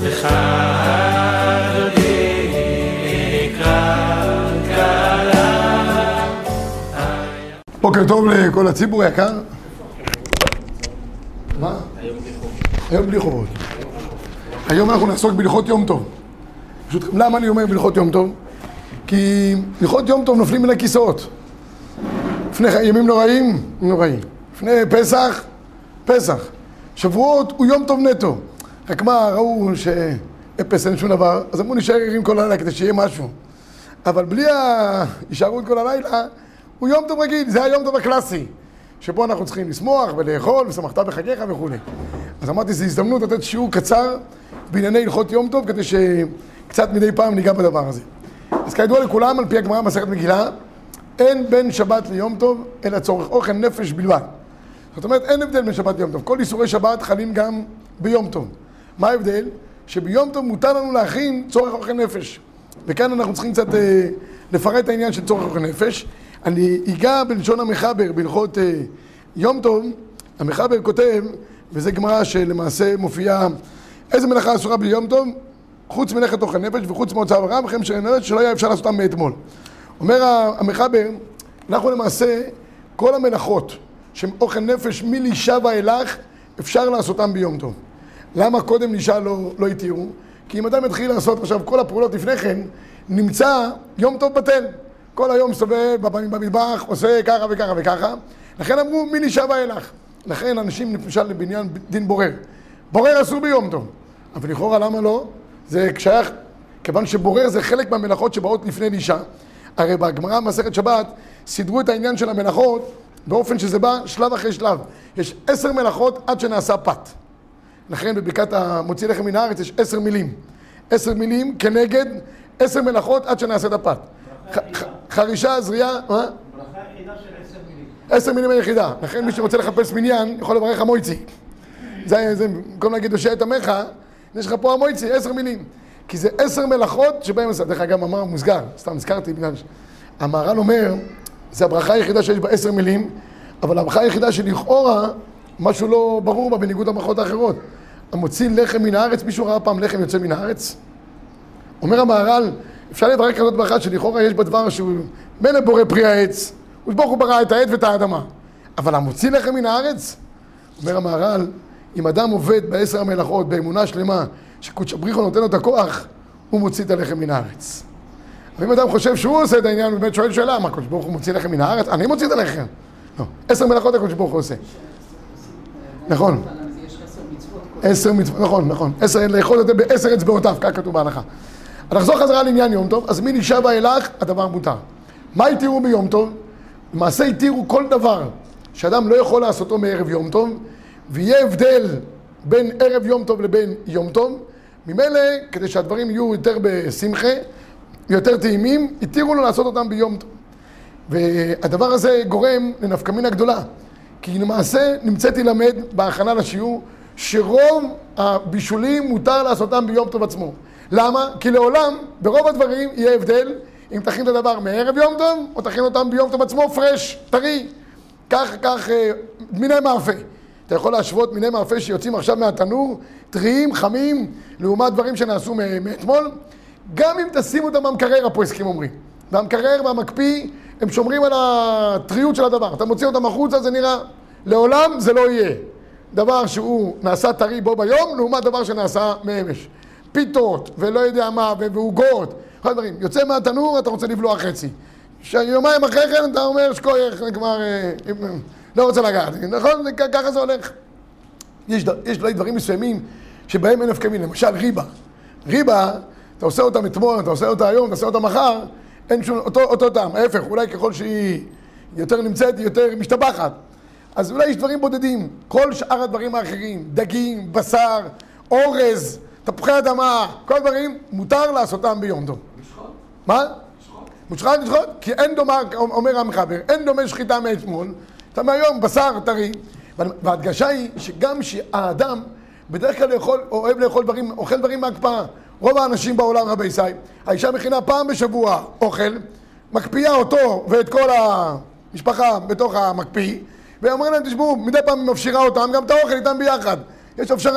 לך אדוני אקרא קלה. בוקר טוב לכל הציבור היקר. מה? היום בלי חובות. היום אנחנו נעסוק בהלכות יום טוב. פשוט, למה אני אומר בהלכות יום טוב? כי הלכות יום טוב נופלים מן הכיסאות. לפני ימים נוראים, נוראים. לפני פסח, פסח. שבועות הוא יום טוב נטו. רק מה, ראו שאפס אין שום דבר, אז אמרו נשאר ערים כל הלילה כדי שיהיה משהו. אבל בלי ההישארות כל הלילה, הוא יום טוב רגיל, זה היום טוב הקלאסי. שבו אנחנו צריכים לשמוח ולאכול, ושמחת בחגיך וכו'. אז אמרתי, זו הזדמנות לתת שיעור קצר בענייני הלכות יום טוב, כדי שקצת מדי פעם ניגע בדבר הזה. אז כידוע לכולם, על פי הגמרא מסכת מגילה, אין בין שבת ליום טוב, אלא צורך אוכל נפש בלבד. זאת אומרת, אין הבדל בין שבת ליום טוב. כל איסורי שבת חלים גם ביום טוב. מה ההבדל? שביום טוב מותר לנו להכין צורך אוכל נפש. וכאן אנחנו צריכים קצת לפרט את העניין של צורך אוכל נפש. אני אגע בלשון המחבר, בהלכות יום טוב. המחבר כותב, וזה גמרא שלמעשה מופיעה, איזה מלאכה אסורה ביום טוב? חוץ מלאכת אוכל נפש וחוץ מהוצאה ורע, וכן שלא היה אפשר לעשותם מאתמול. אומר המחבר, אנחנו למעשה, כל המלאכות שהן אוכל נפש מלישה ואילך, אפשר לעשותם ביום טוב. למה קודם לישה לא התירו? כי אם אדם יתחיל לעשות עכשיו כל הפעולות לפני כן, נמצא יום טוב בטל. כל היום מסתובב במטבח, עושה ככה וככה וככה. לכן אמרו מלישה ואילך. לכן אנשים למשל לבניין דין בורר. בורר אסור ביום טוב. אבל לכאורה למה לא? זה שייך, כיוון שבורר זה חלק מהמלאכות שבאות לפני לישה. הרי בגמרא במסכת שבת סידרו את העניין של המלאכות באופן שזה בא שלב אחרי שלב. יש 10 מלאכות עד שנעשה פת. לכן בברכת המוציא לחם מן הארץ יש 10 מילים. 10 מילים כנגד 10 מלאכות עד שנעשה את הפת. חרישה, זריעה, מה? ברכה יחידה של 10 מילים. 10 מילים היחידה. לכן מי שרוצה לחפש מניין יכול לברך המויצי. זה במקום להגיד הושע את עמך, יש לך פה המויצי, 10 מילים. כי זה 10 מלאכות שבהם עשה. דרך אגב, אמר מוסגר, סתם נזכרתי בגלל המהר"ל אומר, זה הברכה היחידה שיש בה 10 מילים, אבל הברכה היחידה שלכאורה, משהו לא ברור בה בניגוד לברכות האחרות. המוציא לחם מן הארץ, מישהו ראה פעם לחם יוצא מן הארץ? אומר המהר"ל, אפשר לברך כזאת ברכה שלכאורה יש בה דבר שהוא מלא בורא פרי העץ, ושברוך הוא ברא את העץ ואת האדמה. אבל המוציא לחם מן הארץ, אומר המהר"ל, אם אדם עובד ב10 המלאכות באמונה שלמה, שקודש בריחו נותן לו את הכוח, הוא מוציא את הלחם מן הארץ. ואם אדם חושב שהוא עושה את העניין, הוא באמת שואל שאלה, מה קודש ברוך הוא מוציא לחם מן הארץ? אני מוציא את הלחם. לא, 10 מלאכות הקודש ברוך הוא עושה. נכון. 10 מצוות, נכון. 10 לאכול את זה ב10 אצבעותיו, כך כתוב בהלכה. נחזור חזרה לעניין יום טוב, אז מלישה ואילך הדבר מותר. מה התירו ביום טוב? למעשה התירו כל דבר שאדם לא יכול לעשותו מערב יום טוב, ויהיה הבדל בין ערב יום טוב לבין יום טוב. ממילא, כדי שהדברים יהיו יותר בשמחה, יותר טעימים, התירו לו לעשות אותם ביום טוב. והדבר הזה גורם לנפקא מינה גדולה. כי למעשה נמצאתי למד בהכנה לשיעור, שרוב הבישולים מותר לעשותם ביום טוב עצמו. למה? כי לעולם, ברוב הדברים יהיה הבדל אם תכין את הדבר מערב יום טוב, או תכין אותם ביום טוב עצמו פרש, טרי. כך מיני מאפה. אתה יכול להשוות מיני מאפה שיוצאים עכשיו מהתנור, טריים, חמים, לעומת דברים שנעשו מאתמול. גם אם תשימו אותם במקרר, הפועסקים אומרים. והמקרר והמקפיא, הם שומרים על הטריות של הדבר. אתה מוציא אותם החוצה, זה נראה. לעולם זה לא יהיה. דבר שהוא נעשה טרי בו ביום, לעומת דבר שנעשה מאמש. פיתות, ולא יודע מה, ועוגות, כל דברים. יוצא מהתנור, אתה רוצה לבלוע חצי. יומיים אחרי כן, אתה אומר, שכוייך, כבר לא רוצה לגעת. נכון? ככה זה הולך. יש דברים מסוימים שבהם אין נפקא מינה. למשל, ריבה, אתה עושה אותה אתמול, אתה עושה אותה היום, אתה עושה אותה מחר, אין שום, אותו טעם. ההפך, אולי ככל שהיא יותר נמצאת, היא יותר משתבחת. אז אולי יש דברים בודדים. כל שאר הדברים האחרים, דגים, בשר, אורז, תפוחי אדמה, כל דברים, מותר לעשותם ביום טוב. משחוט? מה? מושחת לשחוט? כי אין דומה, אומר המחבר, אין דומה שחיטה מאתמול, אתה מהיום בשר טרי. וההדגשה היא שגם שהאדם בדרך כלל אוהב לאכול דברים, אוכל דברים מהקפאה. רוב האנשים בעולם, רבי ישי, האישה מכינה פעם בשבוע אוכל, מקפיאה אותו ואת כל המשפחה בתוך המקפיא, ואומרים להם, תשמעו, מדי פעם היא מפשירה אותם, גם את האוכל איתם ביחד. יש הפשרה.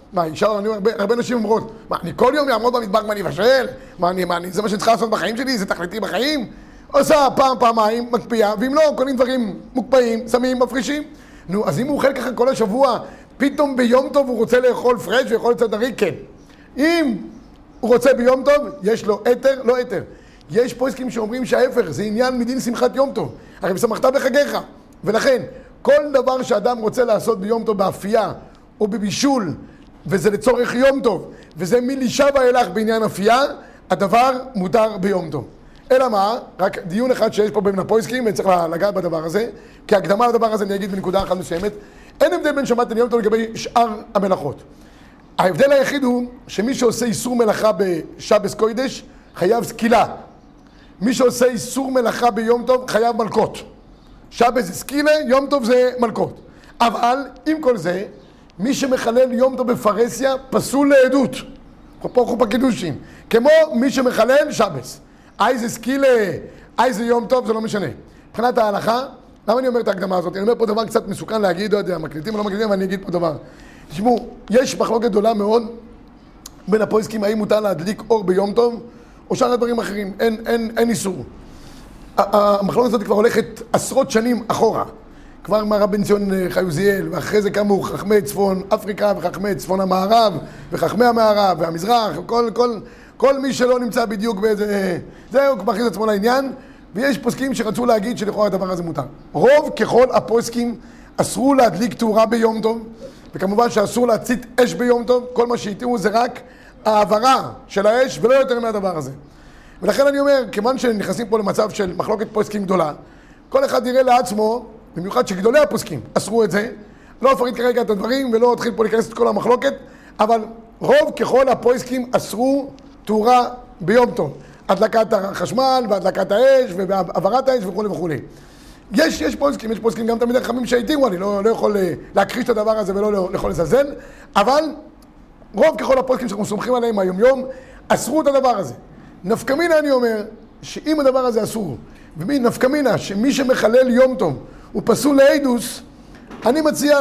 מה, אישה, הרבה נשים אומרות, מה, אני כל יום אעמוד במטבח ואני אבשל? מה, זה מה שאני צריכה לעשות בחיים שלי? זה תכליתי בחיים? עושה פעם, פעמיים, מקפיאה, ואם לא, קונים דברים מוקפאים, שמים, מפרישים. נו, אז אם הוא אוכל ככה כל השבוע, פתאום ביום טוב הוא רוצה לאכול פרש ויכול לצאת דרי, כן. אם הוא רוצה ביום טוב, יש לו היתר, לא היתר. יש פוסקים שאומרים שההפך, זה עניין מדין שמחת יום טוב. הרי ושמחת בחגיך. ולכן, כל דבר שאדם רוצה לעשות ביום טוב באפייה או בבישול, וזה לצורך יום טוב, וזה מלישה ואילך בעניין אפייה, הדבר מותר ביום טוב. אלא מה? רק דיון אחד שיש פה בין הפוסקים, וצריך לגעת בדבר הזה, כי הקדמה לדבר הזה אני אגיד בנקודה אחת מסוימת, אין הבדל בין שבת ליום טוב לגבי שאר המלאכות. ההבדל היחיד הוא שמי שעושה איסור מלאכה בשבס קוידש חייב סקילה. מי שעושה איסור מלאכה ביום טוב חייב מלכות. שבס זה סקילה, יום טוב זה מלכות. אבל עם כל זה, מי שמחלל יום טוב בפרסיה פסול לעדות. פה חופה קידושים. כמו מי שמחלל שבס. איזה סקילה, איזה יום טוב, זה לא משנה. מבחינת ההלכה, למה אני אומר את ההקדמה הזאת? אני אומר פה דבר קצת מסוכן להגיד, לא יודע, מקליטים או לא מקליטים, אבל אני אגיד פה דבר. תשמעו, יש מחלוקת גדולה מאוד בין הפוסקים, האם מותר להדליק אור ביום טוב, או שאר הדברים אחרים, אין איסור. המחלוקת הזאת כבר הולכת עשרות שנים אחורה. כבר מהרב בן ציון חיוזיאל, ואחרי זה קמו חכמי צפון אפריקה, וחכמי צפון המערב, וחכמי המערב, והמזרח, כל מי שלא נמצא בדיוק באיזה... זהו, הוא מכניס את עצמו לעניין, ויש פוסקים שרצו להגיד שלכאורה הדבר הזה מותר. רוב ככל הפוסקים אסרו להדליק תאורה ביום טוב, וכמובן שאסור להצית אש ביום טוב, כל מה שהתירו זה רק העברה של האש, ולא יותר מהדבר הזה. ולכן אני אומר, כיוון שנכנסים פה למצב של מחלוקת פוסקים גדולה, כל אחד יראה לעצמו, במיוחד שגדולי הפוסקים אסרו את זה, לא אפריד כרגע את הדברים ולא אתחיל פה להיכנס את כל המחלוקת, אבל רוב ככל הפוסקים אסרו תאורה ביום טוב. הדלקת החשמל והדלקת האש והעברת האש וכו' וכו'. יש פוסקים גם תמיד חכמים שהתירו, אני לא יכול להכחיש את הדבר הזה ולא יכול לזלזל, אבל רוב ככל הפוסקים שאנחנו סומכים עליהם היום אסרו את הדבר הזה. נפקא מינה אני אומר שאם הדבר הזה אסור, נפקא מינה שמי שמחלל יום טוב הוא פסול לעדוס, אני מציע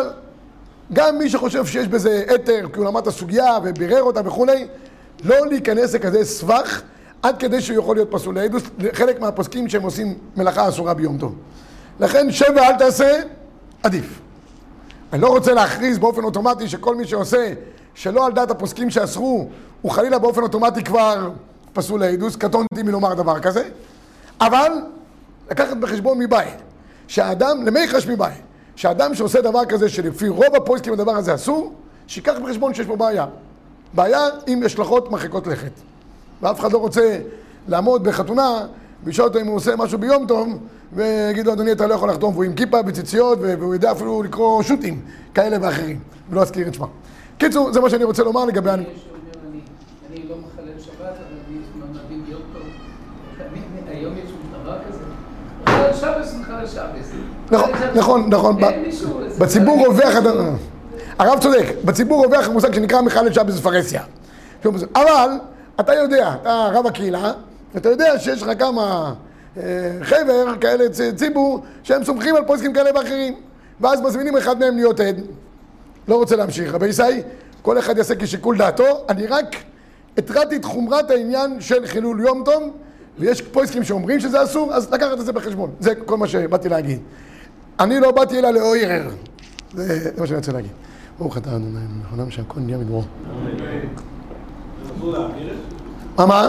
גם מי שחושב שיש בזה היתר, כי הוא למד את הסוגיה ובירר אותה וכו', לא להיכנס לכזה סבך עד כדי שהוא יכול להיות פסול לעדוס, חלק מהפוסקים שהם עושים מלאכה אסורה ביום טוב. לכן שב ואל תעשה, עדיף. אני לא רוצה להכריז באופן אוטומטי שכל מי שעושה שלא על דעת הפוסקים שאסרו, הוא חלילה באופן אוטומטי כבר פסול לעדוס, קטונתי מלומר דבר כזה, אבל לקחת בחשבון מבית, שהאדם, למי חש מבית, שהאדם שעושה דבר כזה שלפי רוב הפוסקים הדבר הזה אסור, שיקח בחשבון שיש פה בעיה. בעיה עם השלכות מרחיקות לכת. ואף אחד לא רוצה לעמוד בחתונה ולשאול אותו אם הוא עושה משהו ביום טוב ויגיד לו, אדוני, אתה לא יכול לחתום, והוא עם כיפה בציציות והוא יודע אפילו לקרוא שוטים כאלה ואחרים, ולא אזכיר את שמה. קיצור, זה מה שאני רוצה לומר לגבי... אני לא מחלל שבת, אבל אני מעמדים ביום טוב. היום יש דבר כזה. מחלל שבס, מחלל שבס. נכון. בציבור רווח... הרב צודק, בציבור רווח המושג שנקרא מחלל שבס בפרהסיה. אבל אתה יודע, אתה רב הקהילה, אתה יודע שיש לך כמה חבר כאלה ציבור שהם סומכים על פוסקים כאלה ואחרים, ואז מזמינים אחד מהם להיות עד. לא רוצה להמשיך, רבי ישי, כל אחד יעשה כשיקול דעתו. אני רק התרעתי את חומרת העניין של חילול יום טוב, ויש פוסקים שאומרים שזה אסור, אז לקחת את זה בחשבון. זה כל מה שבאתי להגיד. אני לא באתי אלא לעורר. זה מה שאני רוצה להגיד. ברוך אתה אדוני, נכונם שהכל נהיה מדברו. מה?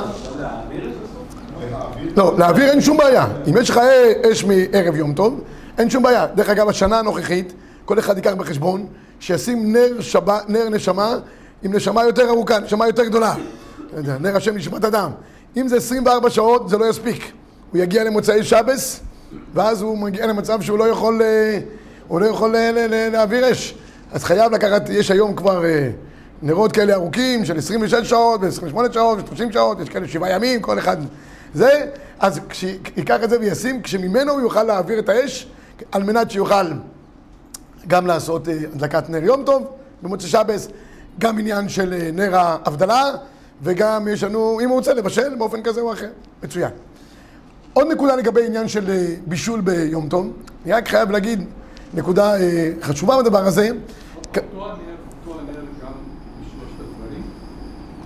לא, להעביר אין שום בעיה. אם יש לך אש מערב יום טוב, אין שום בעיה. דרך אגב, השנה הנוכחית, כל אחד ייקח בחשבון שישים נר נשמה עם נשמה יותר ארוכה, נשמה יותר גדולה. נר השם נשמת אדם. אם זה 24 שעות, זה לא יספיק. הוא יגיע למוצאי שבס, ואז הוא מגיע למצב שהוא לא יכול להעביר אש. אז חייב לקחת, יש היום כבר נרות כאלה ארוכים של 26 שעות, ו-28 שעות, ו-30 שעות, יש כאלה 7 ימים, כל אחד זה. אז ייקח את זה וישים, כשממנו הוא יוכל להעביר את האש, על מנת שיוכל גם לעשות הדלקת נר יום טוב במוצאי שבס, גם עניין של נר ההבדלה, וגם יש לנו, אם הוא רוצה לבשל באופן כזה או אחר, מצוין. עוד נקודה לגבי עניין של בישול ביום טוב, אני רק חייב להגיד נקודה חשובה בדבר הזה. אותו הנר גם בישול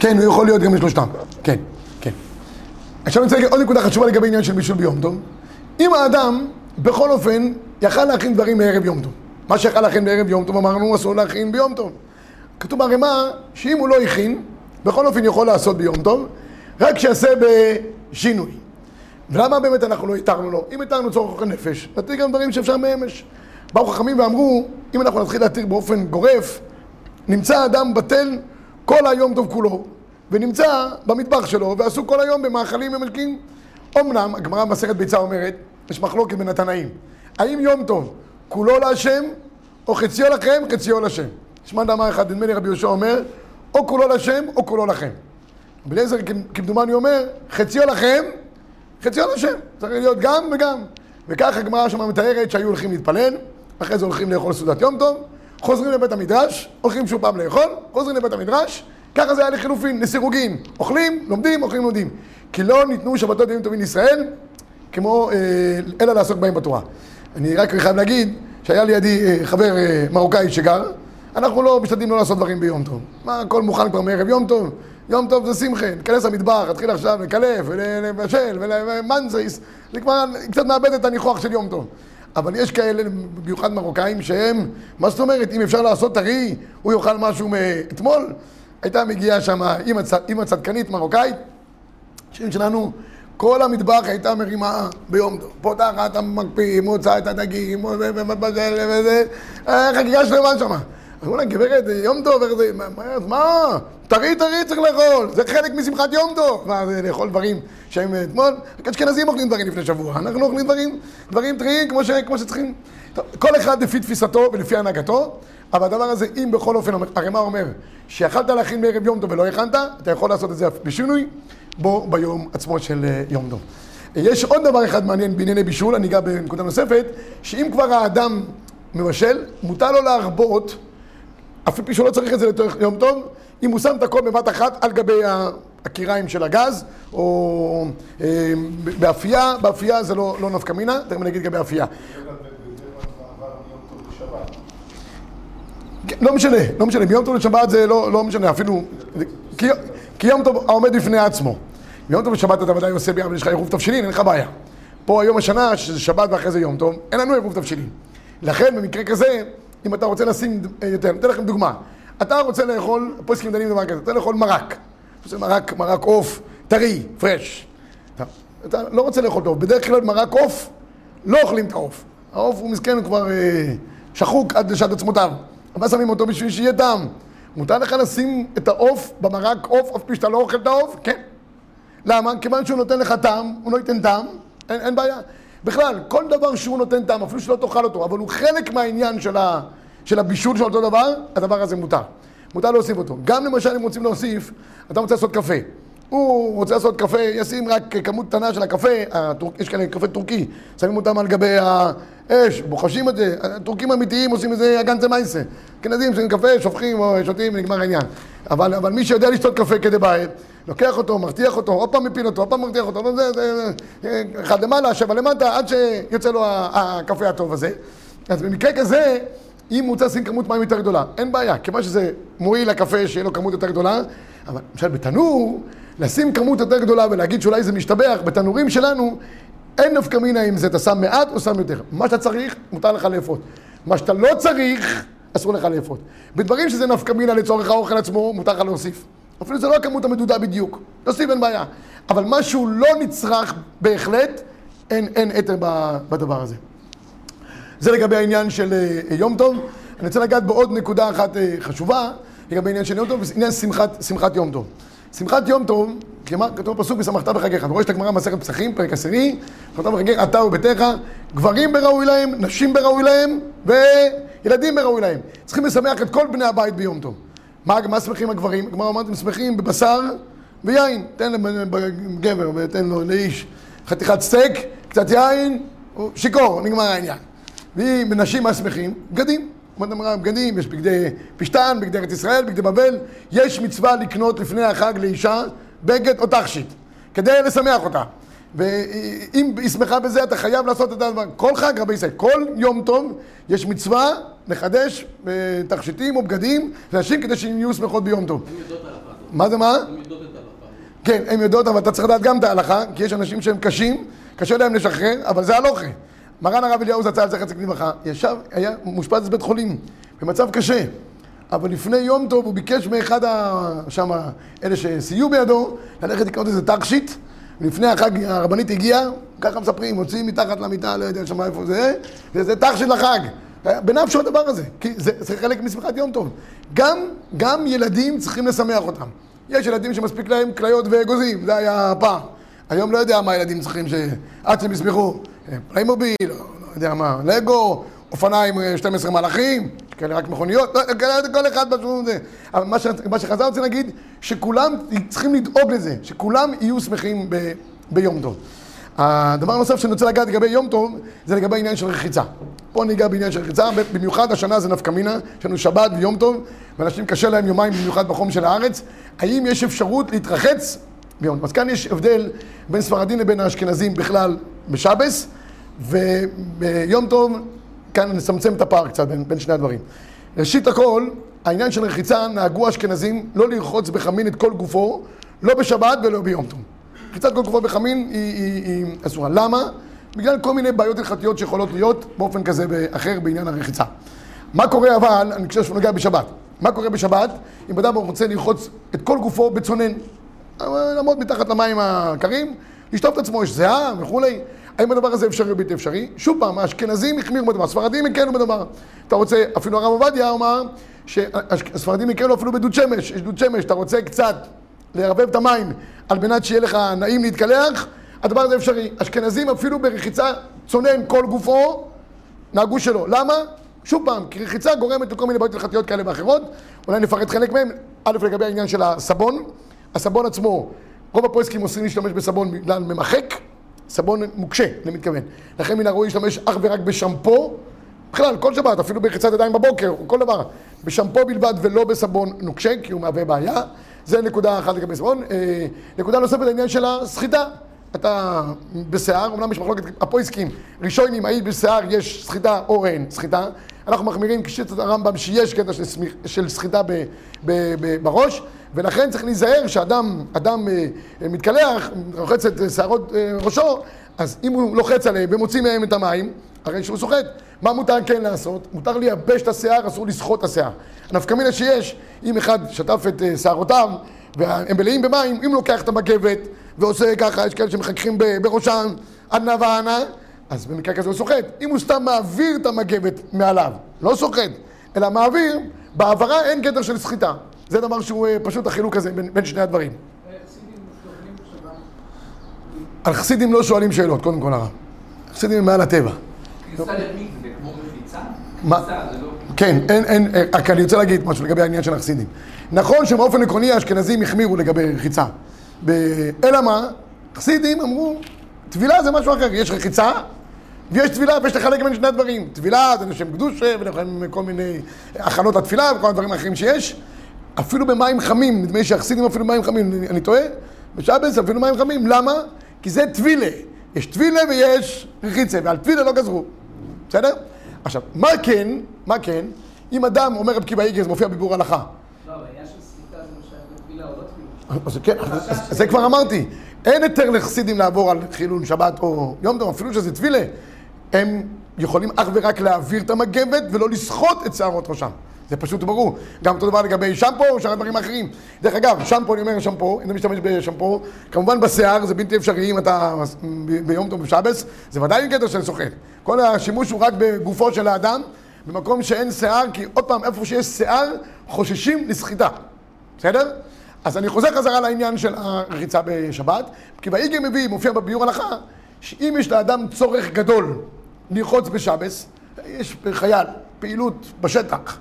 כן, הוא יכול להיות גם לשלושתם. כן, כן. עכשיו אני רוצה להגיד עוד נקודה חשובה לגבי עניין של בישול ביום טוב. אם האדם, בכל אופן, יכל להכין דברים בערב יום טוב. מה שיכל להכין בערב יום טוב, אמרנו, אסור להכין ביום טוב. כתוב ברמה שאם הוא לא הכין, בכל אופן יכול לעשות ביום טוב, רק שיעשה בשינוי. ולמה באמת אנחנו לא התרנו לו? אם התרנו צורך אוכל נפש, נתיר גם דברים שאפשר מאמש. באו חכמים ואמרו, אם אנחנו נתחיל להתיר באופן גורף, נמצא אדם בטל כל היום טוב כולו, ונמצא במטבח שלו, ועשו כל היום במאכלים ומלקים. אמנם, הגמרא במסכת ביצה אומרת, יש מחלוקת בין התנאים. האם יום טוב כולו להשם, או חציו לכם, חציו לשם? שמע דבר אחד, נדמה לי רבי יהושע אומר, או כולו לשם, או כולו לכם. רבי אליעזר כמדומני אומר, חציו לכם, חציו לשם. צריך להיות גם וגם. וכך הגמרא שם מתארת שהיו הולכים להתפלל, אחרי זה הולכים לאכול סעודת יום טוב, חוזרים לבית המדרש, הולכים שוב פעם לאכול, חוזרים לבית המדרש, ככה זה היה לחילופין, לסירוגין. אוכלים, לומדים, אוכלים, לומדים. כי לא ניתנו שבתות וימים טובים לישראל, כמו אלא לעסוק בהם בתורה. אני רק חייב להגיד שהיה לידי חבר מרוקאי שגר, אנחנו לא משתדלים לא לעשות דברים ביום טוב. מה, הכל מוכן כבר מערב יום טוב? יום טוב זה שמחה, נכנס למטבח, התחיל עכשיו לקלף ולבשל ולמנזיס, זה כבר קצת מאבד את הניחוח של יום טוב. אבל יש כאלה, במיוחד מרוקאים, שהם, מה זאת אומרת, אם אפשר לעשות טרי, הוא יאכל משהו מאתמול. הייתה מגיעה שם אמא צדקנית מרוקאית, שלנו, כל המטבח הייתה מרימה ביום טוב. פותחת המקפיא, מוצא את הדגים, וזה, חגיגה שלמה שמה. אמרו לה, גברת, יום טוב, מה? טרי צריך לאכול, זה חלק משמחת יום טוב. מה, זה לאכול דברים שהם אתמול? רק אשכנזים אוכלים דברים לפני שבוע, אנחנו אוכלים דברים טריים כמו שצריכים. כל אחד לפי תפיסתו ולפי הנהגתו, אבל הדבר הזה, אם בכל אופן, הרמ"א אומר, שיכלת להכין בערב יום טוב ולא הכנת, אתה יכול לעשות את זה בשינוי, בו ביום עצמו של יום טוב. יש עוד דבר אחד מעניין בענייני בישול, אני אגע בנקודה נוספת, שאם כבר האדם מבשל, מותר לו להרבות, אפילו פי שהוא לא צריך את זה לתוך יום טוב, אם הוא שם את הכל בבת אחת על גבי הקיריים של הגז, או באפייה, באפייה זה לא נפקא מינה, תכף אני אגיד לגבי אפייה. לא משנה, ביום טוב לשבת זה לא משנה, אפילו, כי יום טוב עומד בפני עצמו. ביום טוב לשבת אתה ודאי עושה ביום, יש לך עירוב תבשילין, אין לך בעיה. פה היום השנה, שזה שבת ואחרי זה יום טוב, אין לנו עירוב תבשילין. לכן, במקרה כזה, אם אתה רוצה לשים יותר, נתן לכם דוגמה. אתה רוצה לאכול, פה עסקים דנים דבר כזה, אתה לאכול מרק. אתה רוצה מרק עוף, טרי, פרש. אתה לא רוצה לאכול טוב, בדרך כלל מרק עוף, לא אוכלים את העוף. העוף הוא מסכן, הוא כבר שחוק עד לשעת עצמותיו. אבל שמים אותו בשביל שיהיה טעם. מותר לך לשים את העוף במרק עוף, אף פי שאתה לא אוכל את העוף? כן. למה? כיוון שהוא נותן לך טעם, הוא לא ייתן טעם, אין בעיה. בכלל, כל דבר שהוא נותן טעם, אפילו שלא תאכל אותו, אבל הוא חלק מהעניין של הבישול של אותו דבר, הדבר הזה מותר. מותר להוסיף אותו. גם למשל אם רוצים להוסיף, אתה רוצה לעשות קפה. הוא רוצה לעשות קפה, ישים רק כמות קטנה של הקפה, יש כאלה קפה טורקי, שמים אותם על גבי האש, בוחשים את זה, הטורקים אמיתיים עושים את זה אגנצה מייסה. כנדים שמים קפה, שופכים או שותים ונגמר העניין. אבל מי שיודע לשתות קפה כדי בית, לוקח אותו, מרתיח אותו, עוד פעם מפיל אותו, עוד פעם מרתיח אותו, אחד למעלה, 7 למטה, עד שיוצא לו הקפה הטוב הזה. אז במקרה כזה, אם הוא רוצה לשים כמות מים יותר גדולה, אין בעיה, כיוון שזה מועיל לקפה שיהיה לו כמות יותר גדולה, אבל למשל בתנור, לשים כמות יותר גדולה ולהגיד שאולי זה משתבח, בתנורים שלנו, אין נפקא מינה אם זה אתה שם מעט או שם יותר. מה שאתה צריך, מותר לך לאפות. מה שאתה לא צריך, אסור לך לאפות. בדברים שזה נפקא מינה לצורך האוכל עצמו, מותר לך להוסיף. אפילו זה לא הכמות המדודה בדיוק, תוסיף אין בעיה. אבל משהו לא נצרך בהחלט, אין יתר בדבר הזה. זה לגבי העניין של יום טוב. אני רוצה לגעת בעוד נקודה אחת חשובה, לגבי העניין של יום טוב, עניין שמחת יום טוב. שמחת יום טוב, כתוב פסוק ושמחת בחגיך. ורואה שאתה גמרא מסכת פסחים, פרק 10, שמחת בחגיך, אתה וביתך, גברים בראוי להם, נשים בראוי להם, וילדים בראוי להם. צריכים לשמח את כל בני הבית ביום טוב. מה שמחים הגברים? הגמרא אומרת, הם שמחים בבשר ויין. תן לגבר ותן לו לאיש חתיכת סטייק, קצת יין, שיקור, נגמר העניין. ונשים מה שמחים? בגדים. כמו אמרה, בגדים, יש בגדי פשטן, בגדי ארץ ישראל, בגדי בבל. יש מצווה לקנות לפני החג לאישה בגד או תכשיט, כדי לשמח אותה. ואם היא שמחה בזה, אתה חייב לעשות את הדבר. כל חג, רבי ישראל, כל יום טוב, יש מצווה לחדש תכשיטים או בגדים לנשים כדי שהן יהיו שמחות ביום טוב. הן יודעות על הפרט. מה זה מה? הן יודעות את ההלכה. כן, הן יודעות, אבל אתה צריך לדעת גם את ההלכה, כי יש אנשים שהם קשים, קשה להם לשחרר, אבל זה הלוכה. מרן הרב אליהו זצ"ל זכר צדיק לברכה, ישב, היה מאושפז בבית חולים, במצב קשה. אבל לפני יום טוב הוא ביקש מאחד שמה, אלה שסייעו בידו, ללכת לקנות איזה תכשיט. לפני החג הרבנית הגיעה, ככה מספרים, מוציאים מתחת למיטה, לא יודע שמה איפה זה, וזה תכשיט לחג. בנפשו הדבר הזה, כי זה חלק משמחת יום טוב. גם ילדים צריכים לשמח אותם. יש ילדים שמספיק להם כליות ואגוזים, זה היה פעם. היום לא יודע מה ילדים צריכים שעד שהם ישמחו. פליימוביל, לא יודע מה, לגו, אופניים 12 מלאכים, כאלה רק מכוניות, כל אחד בשביל זה. אבל מה שחזר רוצה להגיד, שכולם צריכים לדאוג לזה, שכולם יהיו שמחים ביום טוב. הדבר הנוסף שאני רוצה לגעת לגבי יום טוב, זה לגבי העניין של רחיצה. פה ניגע בעניין של רחיצה, במיוחד השנה זה נפקא מינה, יש לנו שבת ויום טוב, ואנשים קשה להם יומיים במיוחד בחום של הארץ. האם יש אפשרות להתרחץ ביום טוב? אז כאן יש הבדל בין ספרדים לבין האשכנזים בכלל בשבס, וביום טוב, כאן נסמצם את הפער קצת בין שני הדברים. ראשית הכל, העניין של רחיצה, נהגו האשכנזים לא לרחוץ בחמין את כל גופו, לא בשבת ולא ביום טוב. רחיצת כל גופו בחמין היא אסורה. למה? בגלל כל מיני בעיות הלכתיות שיכולות להיות באופן כזה ואחר בעניין הרחיצה. מה קורה אבל, אני חושב שהוא נוגע בשבת, מה קורה בשבת אם אדם רוצה לרחוץ את כל גופו בצונן, לעמוד מתחת למים הקרים, לשטוף את עצמו, יש זהה וכולי. האם הדבר הזה אפשרי או בלתי אפשרי? שוב פעם, האשכנזים החמירו בדבר, הספרדים הקלו בדבר. אתה רוצה, אפילו הרב עובדיה אומר שהספרדים הקלו אפילו בדוד שמש, יש דוד שמש, אתה רוצה קצת לרבב את המים על מנת שיהיה לך נעים להתקלח, הדבר הזה אפשרי. אשכנזים אפילו ברחיצה צונן כל גופו, נהגו שלו. למה? שוב פעם, כי רחיצה גורמת לכל מיני בעיות הלכתיות כאלה ואחרות, אולי נפרט חלק מהם. א', לגבי העניין של הסבון, הסבון עצמו, רוב הפועסקים אוסרים להשתמש בסבון בגלל ממחק, סבון מוקשה, אני מתכוון. לכן מן הראוי להשתמש אך ורק בשמפו, בכלל, כל שבת, אפילו ברחיצת ידיים בבוקר, כל דבר, בשמפו בלבד ולא בסבון נוקשה, כי הוא מהווה בעיה. זה נקודה אחת לגבי סבון. נקודה נוספת לעניין של הסחיטה. אתה בשיער, אמנם יש מחלוקת הפועסקים, ראשונים, האם בשיער יש סחיטה או אין סחיטה. אנחנו מחמירים כשיטת הרמב"ם שיש קטע של סחיטה בראש, ולכן צריך להיזהר שאדם מתקלח, רוחץ את שערות ראשו, אז אם הוא לוחץ עליהם ומוציא מהם את המים, הרי שהוא סוחט. מה מותר כן לעשות? מותר לייבש את השיער, אסור לסחוט את השיער. הנפקא מינה שיש, אם אחד שטף את שערותיו והם מלאים במים, אם הוא לוקח את המגבת ועושה ככה, יש כאלה שמחככים בראשם עד נבענה, אז במקרה כזה הוא סוחט. אם הוא סתם מעביר את המגבת מעליו, לא סוחט, אלא מעביר, בעברה אין קטע של סחיטה. זה דבר שהוא פשוט החילוק הזה בין שני הדברים. על חסידים לא שואלים שאלות, קודם כל הרב. חסידים הם מעל הטבע. כניסה למקווה כמו רחיצה? מה? כניסה, זה לא... כן, רק אני רוצה להגיד משהו לגבי העניין של החסידים. נכון שבאופן עקרוני האשכנזים החמירו לגבי רחיצה. אלא מה? חסידים אמרו, טבילה זה משהו אחר. יש רחיצה ויש טבילה, ויש לחלק בין שני הדברים. טבילה זה לשם קדושה ולכן כל מיני הכנות לתפילה וכל הדברים האחרים שיש. אפילו במים חמים, נדמה לי שהחסידים אפילו במים חמים, אני טועה? בשבס אפילו מים חמים. למה? כי זה טבילה. יש טבילה ויש רחיצה, ועל טבילה לא גזרו. בסדר? עכשיו, מה כן, אם אדם אומר רב קיבא איגר, זה מופיע בביאור הלכה. לא, אבל היה של סחיטה זה לא שייך לטבילה או לא טבילה. אז כן, זה כבר אמרתי. אין יותר לחסידים לעבור על חילול שבת או יום טוב, אפילו שזה טבילה. הם יכולים אך ורק להעביר את המגבת ולא לסחוט את שערות ראשם. זה פשוט ברור. גם אותו דבר לגבי שמפו או שאר הדברים האחרים. דרך אגב, שמפו, אני אומר שמפו, אם אתה משתמש בשמפו, כמובן בשיער זה בלתי אפשרי אם אתה ביום טוב בשבס, זה ודאי קטע של סוחט. כל השימוש הוא רק בגופו של האדם, במקום שאין שיער, כי עוד פעם, איפה שיש שיער, חוששים לסחיטה. בסדר? אז אני חוזר חזרה לעניין של הרחיצה בשבת, כי באיגר מביא, מופיע בביאור הלכה, שאם יש לאדם צורך גדול לרחוץ בשבס, יש חייל, פעילות בשטח,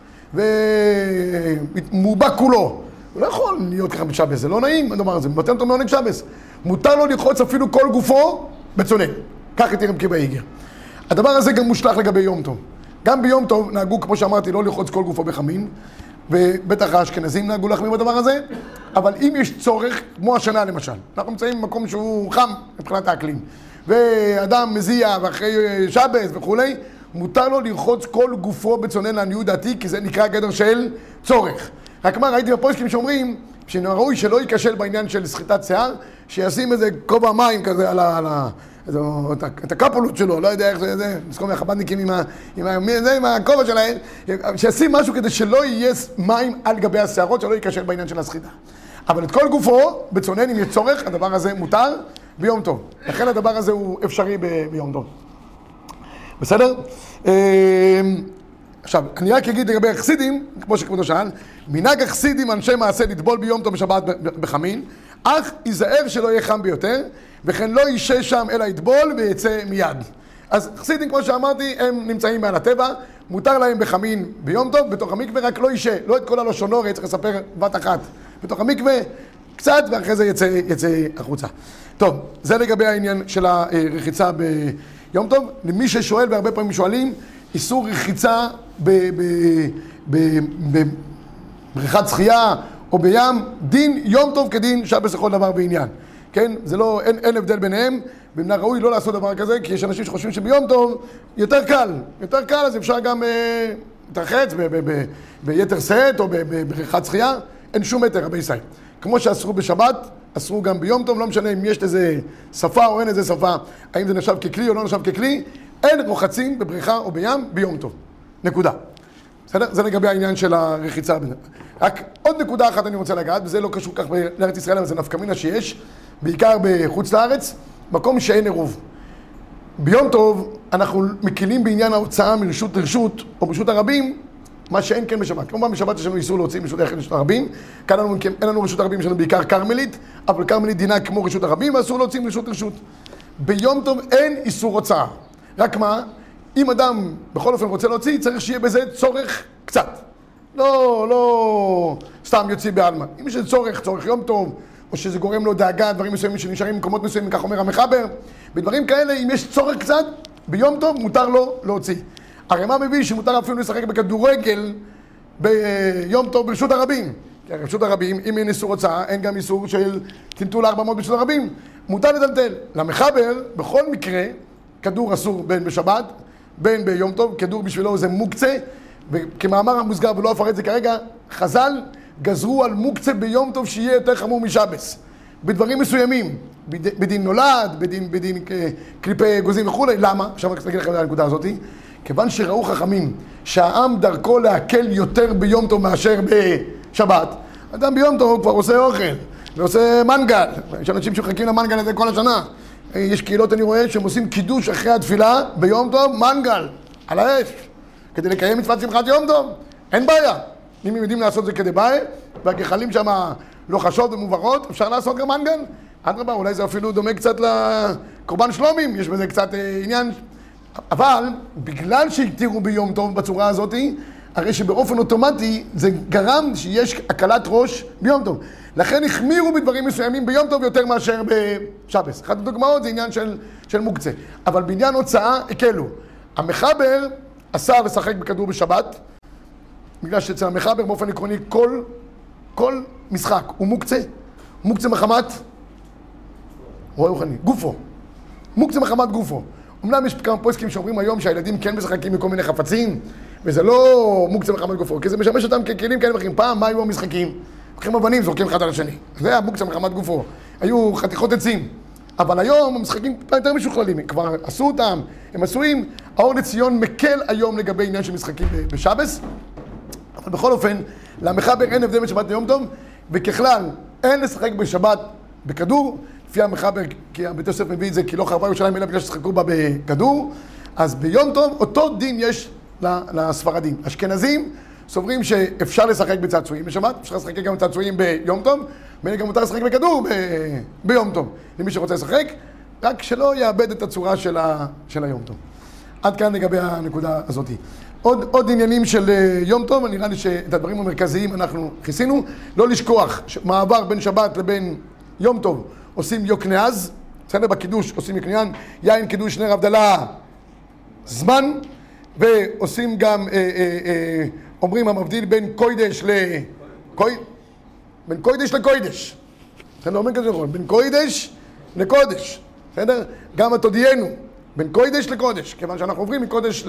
ומובע כולו, הוא לא יכול להיות ככה בשבס, זה לא נעים, הדבר הזה, מבטל אותו מעונג שבס. מותר לו לרחוץ אפילו כל גופו בצונן, כך תראה רב קיבא איגר. הדבר הזה גם מושלך לגבי יום טוב. גם ביום טוב נהגו, כמו שאמרתי, לא לרחוץ כל גופו בחמין, ובטח האשכנזים נהגו להחמיר בדבר הזה, אבל אם יש צורך, כמו השנה למשל, אנחנו נמצאים במקום שהוא חם מבחינת האקלים, ואדם מזיע ואחרי שבס וכולי, מותר לו לרחוץ כל גופו בצונן לעניות דעתי, כי זה נקרא גדר של צורך. רק מה, ראיתי בפוסקים שאומרים שראוי שלא ייכשל בעניין של סחיטת שיער, שישים איזה כובע מים כזה על את הקפולות שלו, לא יודע איך זה, נזכור מהחב"דניקים עם הכובע שלהם, שישים משהו כדי שלא יהיה מים על גבי השערות, שלא ייכשל בעניין של הסחיטה. אבל את כל גופו, בצונן אם יש צורך, הדבר הזה מותר ביום טוב. לכן הדבר הזה הוא אפשרי ביום טוב. בסדר? עכשיו, אני רק אגיד לגבי החסידים, כמו שכבודו שאל, מנהג החסידים אנשי מעשה לטבול ביום טוב בשבת בחמין, אך ייזהר שלא יהיה חם ביותר, וכן לא יישא שם אלא יטבול ויצא מיד. אז חסידים, כמו שאמרתי, הם נמצאים מעל הטבע, מותר להם בחמין ביום טוב, בתוך המקווה, רק לא יישא, לא את כל הלשונו, צריך לספר בת אחת. בתוך המקווה, קצת, ואחרי זה יצא החוצה. טוב, זה לגבי העניין של הרחיצה ביום טוב. למי ששואל, והרבה פעמים שואלים, איסור רחיצה בבריכת שחייה או בים, דין יום טוב כדין שבס לכל דבר בעניין. כן? זה לא, אין הבדל ביניהם, ומן הראוי לא לעשות דבר כזה, כי יש אנשים שחושבים שביום טוב יותר קל, אז אפשר גם להתרחץ ביתר שאת או בבריכת שחייה, אין שום היתר, רבי ישראל. כמו שאסרו בשבת, אסרו גם ביום טוב, לא משנה אם יש איזה שפה או אין איזה שפה, האם זה נחשב ככלי או לא נחשב ככלי, אין רוחצים בבריכה או בים ביום טוב. נקודה. בסדר? זה לגבי העניין של הרחיצה. רק עוד נקודה אחת אני רוצה לגעת, וזה לא קשור כך לארץ ישראל, אבל זה נפקא מינה שיש, בעיקר בחוץ לארץ, מקום שאין עירוב. ביום טוב אנחנו מקילים בעניין ההוצאה מרשות לרשות, או ברשות הרבים, מה שאין כן בשבת. כמובן בשבת יש לנו איסור להוציא מרשות היחיד לרשות הרבים, כאן אין לנו רשות הרבים, יש לנו בעיקר קרמלית, אבל קרמלית דינה כמו רשות הרבים, ואסור להוציא מרשות לרשות. ביום טוב אין איסור הוצאה. רק מה? אם אדם בכל אופן רוצה להוציא, צריך שיהיה בזה צורך קצת. לא סתם יוציא בעלמא. אם יש צורך יום טוב, או שזה גורם לו דאגה, דברים מסוימים שנשארים במקומות מסוימים, כך אומר המחבר, בדברים כאלה, אם יש צורך קצת, ביום טוב מותר לו להוציא. הרי מה מביא שמותר אפילו לשחק בכדורגל ביום טוב ברשות הרבים? כי ברשות הרבים, אם אין איסור הוצאה, אין גם איסור של טלטול 400 ברשות הרבים. מותר לטלטל. למחבר, בכל מקרה, כדור אסור בין בשבת, בין ביום טוב, כדור בשבילו זה מוקצה, וכמאמר המוסגר, ולא אפרט זה כרגע, חז"ל גזרו על מוקצה ביום טוב שיהיה יותר חמור משבס. בדברים מסוימים, בדין נולד, בדין קליפי גוזים וכו'. למה? עכשיו רק נגיד לכם את הנקודה הזאת. כיוון שראו חכמים שהעם דרכו להקל יותר ביום טוב מאשר בשבת, אדם ביום טוב כבר עושה אוכל ועושה מנגל. יש אנשים שמחכים למנגל הזה כל השנה. יש קהילות, אני רואה, שהם עושים קידוש אחרי התפילה ביום טוב, מנגל, על האש, כדי לקיים מצוות שמחת יום טוב. אין בעיה. אם הם יודעים לעשות זה כדי בעיה, והגחלים שם לוחשות ומוברות, אפשר לעשות גם מנגל. אדרבה, אולי זה אפילו דומה קצת לקורבן שלומים, יש בזה קצת עניין. אבל בגלל שהתירו ביום טוב בצורה הזאת, הרי שבאופן אוטומטי זה גרם שיש הקלת ראש ביום טוב. לכן החמירו בדברים מסוימים ביום טוב יותר מאשר בשבס. אחת הדוגמאות זה עניין של מוקצה. אבל בעניין הוצאה הקלו. המחבר אסר לשחק בכדור בשבת, בגלל שאצל המחבר באופן עקרוני כל משחק הוא מוקצה. מוקצה מחמת רואה רוחני, גופו. מוקצה מחמת גופו. אמנם יש כמה פוסקים שאומרים היום שהילדים כן משחקים מכל מיני חפצים, וזה לא מוקצה מחמת גופו, כי זה משמש אותם ככלים כאלה ואחרים. פעם, מה היו המשחקים? לוקחים אבנים, זורקים אחד על השני. זה היה מוקצה מחמת גופו. היו חתיכות עצים. אבל היום המשחקים יותר משוכללים, כבר עשו אותם, הם עשויים. האור לציון מקל היום לגבי עניין של משחקים בשבס, אבל בכל אופן, למחבר אין הבדל בשבת ליום טוב, וככלל, אין לשחק בשבת בכדור, לפי המחבר, כי בית יוסף מביא את זה, כי לא חרבה ירושלים אלא בגלל ששחקו בה בכדור, אז ביום טוב אותו דין יש לספרדים. אשכנזים סוברים שאפשר לשחק בצעצועים בשבת, אפשר לשחק גם בצעצועים ביום טוב, וגם מותר לשחק בכדור ביום טוב, למי שרוצה לשחק, רק שלא יאבד את הצורה של היום טוב. עד כאן לגבי הנקודה הזאת. עוד עניינים של יום טוב, נראה לי שאת הדברים המרכזיים אנחנו כיסינו. לא לשכוח מעבר בין שבת לבין יום טוב עושים יוקנעז, בסדר? בקידוש עושים יוקנען, יין קידוש נר הבדלה זמן, ועושים גם, אומרים המבדיל בין קוידש בין קוידש לקוידש. בסדר? אומרים כזה נכון, בין קוידש לקודש. בסדר? גם התודיינו, בין קוידש לקודש. כיוון שאנחנו עוברים מקודש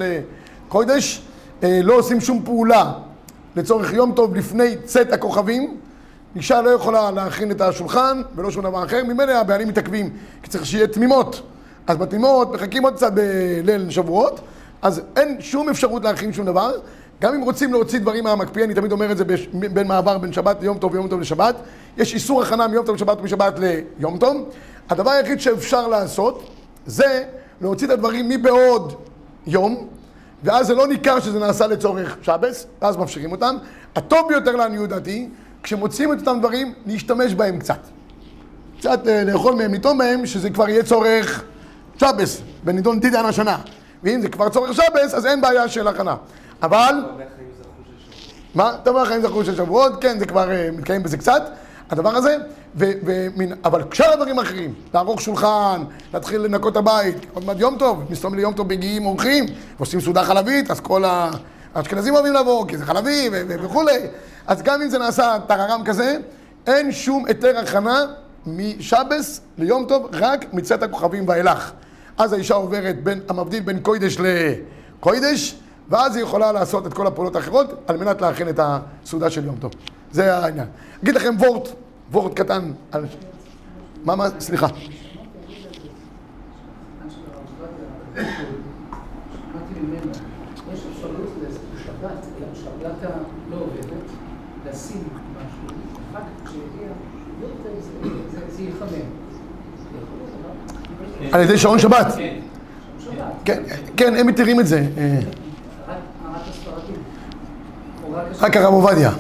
לקודש, לא עושים שום פעולה לצורך יום טוב לפני צאת הכוכבים, אישה לא יכולה להכין את השולחן ולא שום דבר אחר, ממילא הבעלים מתעכבים, כי צריך שיהיה תמימות. אז בתמימות מחכים עוד קצת בליל שבועות, אז אין שום אפשרות להכין שום דבר. גם אם רוצים להוציא דברים מהמקפיא, אני תמיד אומר את זה בין מעבר בין שבת ליום טוב ויום טוב לשבת, יש איסור הכנה מיום טוב לשבת ומשבת ליום טוב. הדבר היחיד שאפשר לעשות זה להוציא את הדברים מבעוד יום, ואז זה לא ניכר שזה נעשה לצורך שבס, ואז מפשירים אותם. הטוב ביותר לעניות דעתי, כשמוצאים את אותם דברים, להשתמש בהם קצת לאכול מהם, לטעום מהם, שזה כבר יהיה צורך שבס, בנידון דידן השנה. ואם זה כבר צורך שבס, אז אין בעיה של הכנה. אבל... מה? תאמר החיים זכו של שבועות, כן, זה כבר מתקיים בזה קצת, הדבר הזה, אבל כשאר הדברים אחרים, לערוך שולחן, להתחיל לנקות הבית, עוד מעט יום טוב, מסתום ליום טוב מגיעים אורחים, ועושים סעודה חלבית, אז כל האשכנזים אוהבים לבוא, כי זה חלבי וכולי, אז גם אם זה נעשה טררם כזה, אין שום היתר הכנה משבס ליום טוב, רק מצאת הכוכבים ואילך. אז האישה עוברת המבדיל בין קוידש לקוידש, ואז היא יכולה לעשות את כל הפעולות האחרות על מנת להכין את הסעודה של יום טוב. זה העניין. אגיד לכם וורט קטן. מה? סליחה. שמעתי ממנו, יש אפשרות לשבת, שבת לא עובדת, לשים משהו, רק כשיגיע, זה יחמם. על ידי שעון שבת? כן, הם מתירים את זה. רק הרב עובדיה.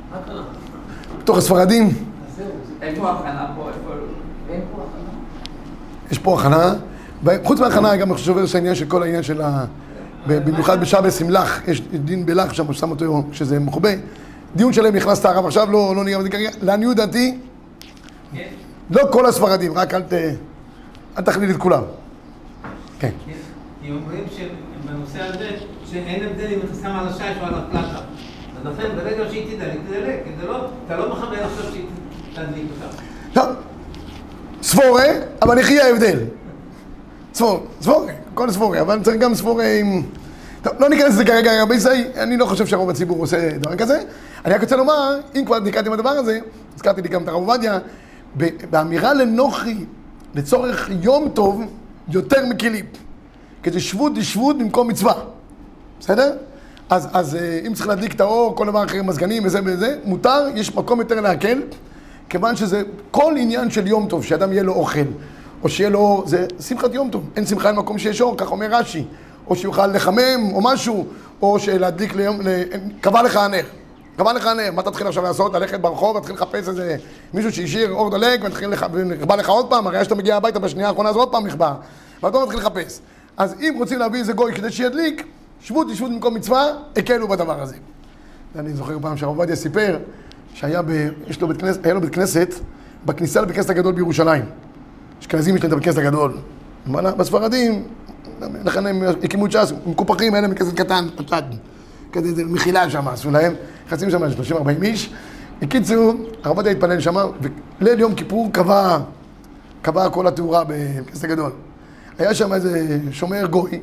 בתוך הספרדים. אין פה הכנה פה, אין פה הכנה. יש פה הכנה. חוץ מהכנה, גם אני חושב שהעניין של כל העניין של במיוחד בשבס עם לח, יש דין בלח שם, שם אותו שזה מחובה. דיון שלהם נכנס את הרב עכשיו, לא ניגע בזה כרגע. לעניות דעתי, לא כל הספרדים, רק אל תכליל את כולם. כן. כי אומרים שבנושא הזה, שאין הבדל אם אתה שם על השייך או על הפלטה. אז לכן, ברגע שהיא תדלק, אתה לא מכוון עכשיו שהיא תדליק אותה. לא, ספורה, אבל איך יהיה ההבדל? ספורה, כל ספורה, אבל צריך גם ספורה עם... טוב, לא ניכנס לזה כרגע הרבה ישראל, אני לא חושב שהרוב הציבור עושה דבר כזה. אני רק רוצה לומר, אם כבר ניקדתי עם הדבר הזה, הזכרתי לי גם את הרב עובדיה, באמירה לנוחי, לצורך יום טוב, יותר מכלים. כדי שבות במקום מצווה. בסדר? אז אם צריך להדליק את האור, כל דבר אחר, מזגנים וזה וזה, מותר, יש מקום יותר להקל, כיוון שזה כל עניין של יום טוב, שאדם יהיה לו אוכל, או שיהיה לו, זה שמחת יום טוב, אין שמחה למקום שיש אור, כך אומר רש"י, או שיוכל לחמם או משהו, או להדליק ליום, קבע לך הנר, מה תתחיל עכשיו לעשות? ללכת ברחוב, תתחיל לחפש איזה מישהו שישיר אור דלק, ונכבה לך עוד פעם, הרי שאתה מגיע הביתה בשנייה האחרונה, זה עוד פעם נכבה, ואתה מתחיל לחפש. אז אם רוצים להביא איזה גוי כדי שידליק, שבות במקום מצווה, הקלו בדבר הזה. אני זוכר פעם שהרב עובדיה סיפר שהיה היה לו בית כנסת בכניסה לבית כנסת הגדול בירושלים. אשכנזים יש להם את הבית כנסת הגדול. בספרדים, לכן הם הקימו את ש"ס, מקופחים, היה להם בית כנסת קטן, בצד. כזה מחילה שם, עשו להם, חצים שם 30-40 איש. בקיצור, הרב עובדיה התפלל שם, וליל יום כיפור קבע כל התאורה בבית כנסת הגדול. היה שם איזה שומר גוי,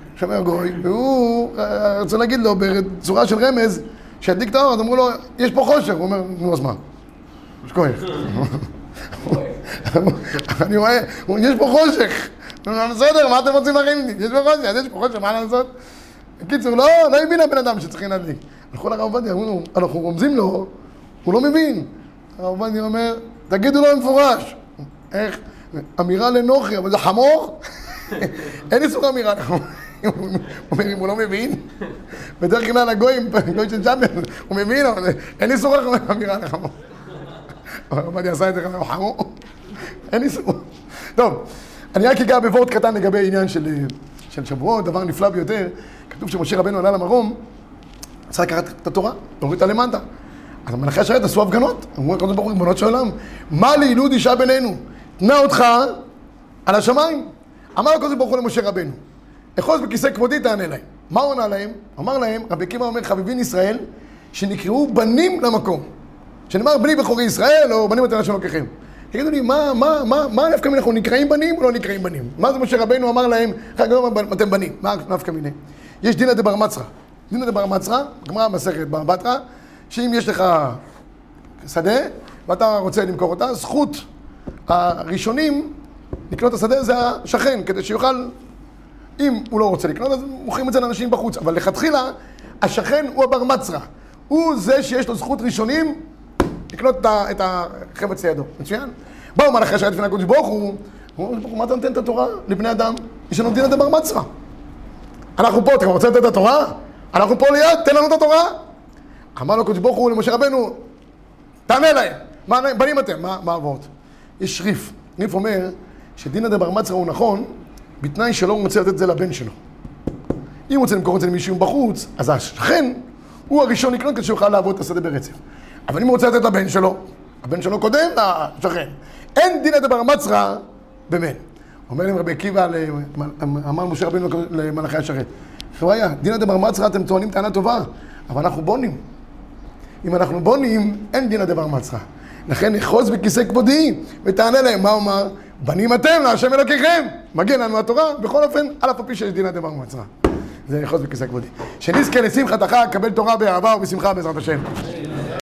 והוא רצה להגיד לו בצורה של רמז, שידליק את האור, אז אמרו לו, יש פה חושך, הוא אומר, נו אז מה? יש כוח. אני רואה, יש פה חושך. בסדר, מה אתם רוצים להכין לי? יש פה חושך, מה לעשות? בקיצור, לא הבין הבן אדם שצריכים להדליק. הלכו לרב עובדיה, אמרו, אנחנו רומזים לו, הוא לא מבין. הרב עובדיה אומר, תגידו לו במפורש. איך? אמירה לנוחי, אבל זה חמור? אין איסור אמירה לחמור. הוא אומר, אם הוא לא מבין, בדרך כלל הגויים, גוי של ג'אבל, הוא מבין, אבל אין איסור אמירה לחמור. אבל עובדיה עשה את זה חמור. אין איסור. טוב, אני רק אגע בוורט קטן לגבי העניין של שבועות, דבר נפלא ביותר. כתוב שמשה רבנו עלה למרום, רצה לקחת את התורה, להוריד אותה למטה. אז מלאכי השרת עשו הפגנות, אמרו לקדוש ברוך הוא, ריבונו של עולם, מה לילוד אישה בינינו? תנה אותך על השמיים. אמר הקדוש ברוך הוא למשה רבנו, אחוז בכיסא כבודי תענה להם. מה הוא ענה להם? אמר להם, רבי עקיבא אומר, חביבין ישראל, שנקראו בנים למקום. שנאמר בני בכורי ישראל, או בנים אתם שלוקחים. תגידו לי, מה נפקא מינה? אנחנו נקראים בנים או לא נקראים בנים? מה זה משה רבנו אמר להם, אתם בנים, מה נפקא מינה? יש דינא דבר מצרא. דינא דבר מצרא, גמרא מסכת בבא בתרא, שאם יש לך שדה, ואתה רוצה למכור אותה, זכות הראשונים לקנות את השדה זה השכן, כדי שיוכל, אם הוא לא רוצה לקנות, אז מוכרים את זה לאנשים בחוץ. אבל לכתחילה, השכן הוא הבר מצרה. הוא זה שיש לו זכות ראשונים לקנות את החפץ לידו. מצוין? באו מלאכי השרת לפני הקדוש ברוך הוא, מה אתה נותן את התורה לבני אדם? יש לנו דין את הבר מצרה. אנחנו פה, אתה רוצה לתת את התורה? אנחנו פה ליד, תן לנו את התורה. אמר לו הקדוש ברוך הוא למשה רבנו, תענה להם. בנים אתם, מה עבוד? יש ריף. ריף אומר שדין הבר מצרה הוא נכון, בתנאי שלא רוצה לתת את זה לבן שלו. אם רוצה למכור את זה למישהו בחוץ, אז השכן הוא הראשון לקנות כדי שיוכל לעבוד את השדה ברצף. אבל אם הוא רוצה לתת לבן שלו, הבן שלו קודם לשכן. אין דין הבר מצרה במן. אומר להם רבי עקיבא, אמר משה רבנו למלאכי השרת, חבריה, דין הבר מצרה אתם טוענים טענה טובה, אבל אנחנו בונים. אם אנחנו בונים, אין דין הבר מצרה. לכן נחוז בכיסא כבודי ותענה להם, מה אומר? בנים אתם להשם אלוקיכם, מגן לנו התורה, בכל אופן, על אף פי שיש דין הבר מצרה. זה נחוז בכיסא כבודי. שנזכה לשמחתך, קבל תורה באהבה ובשמחה בעזרת השם.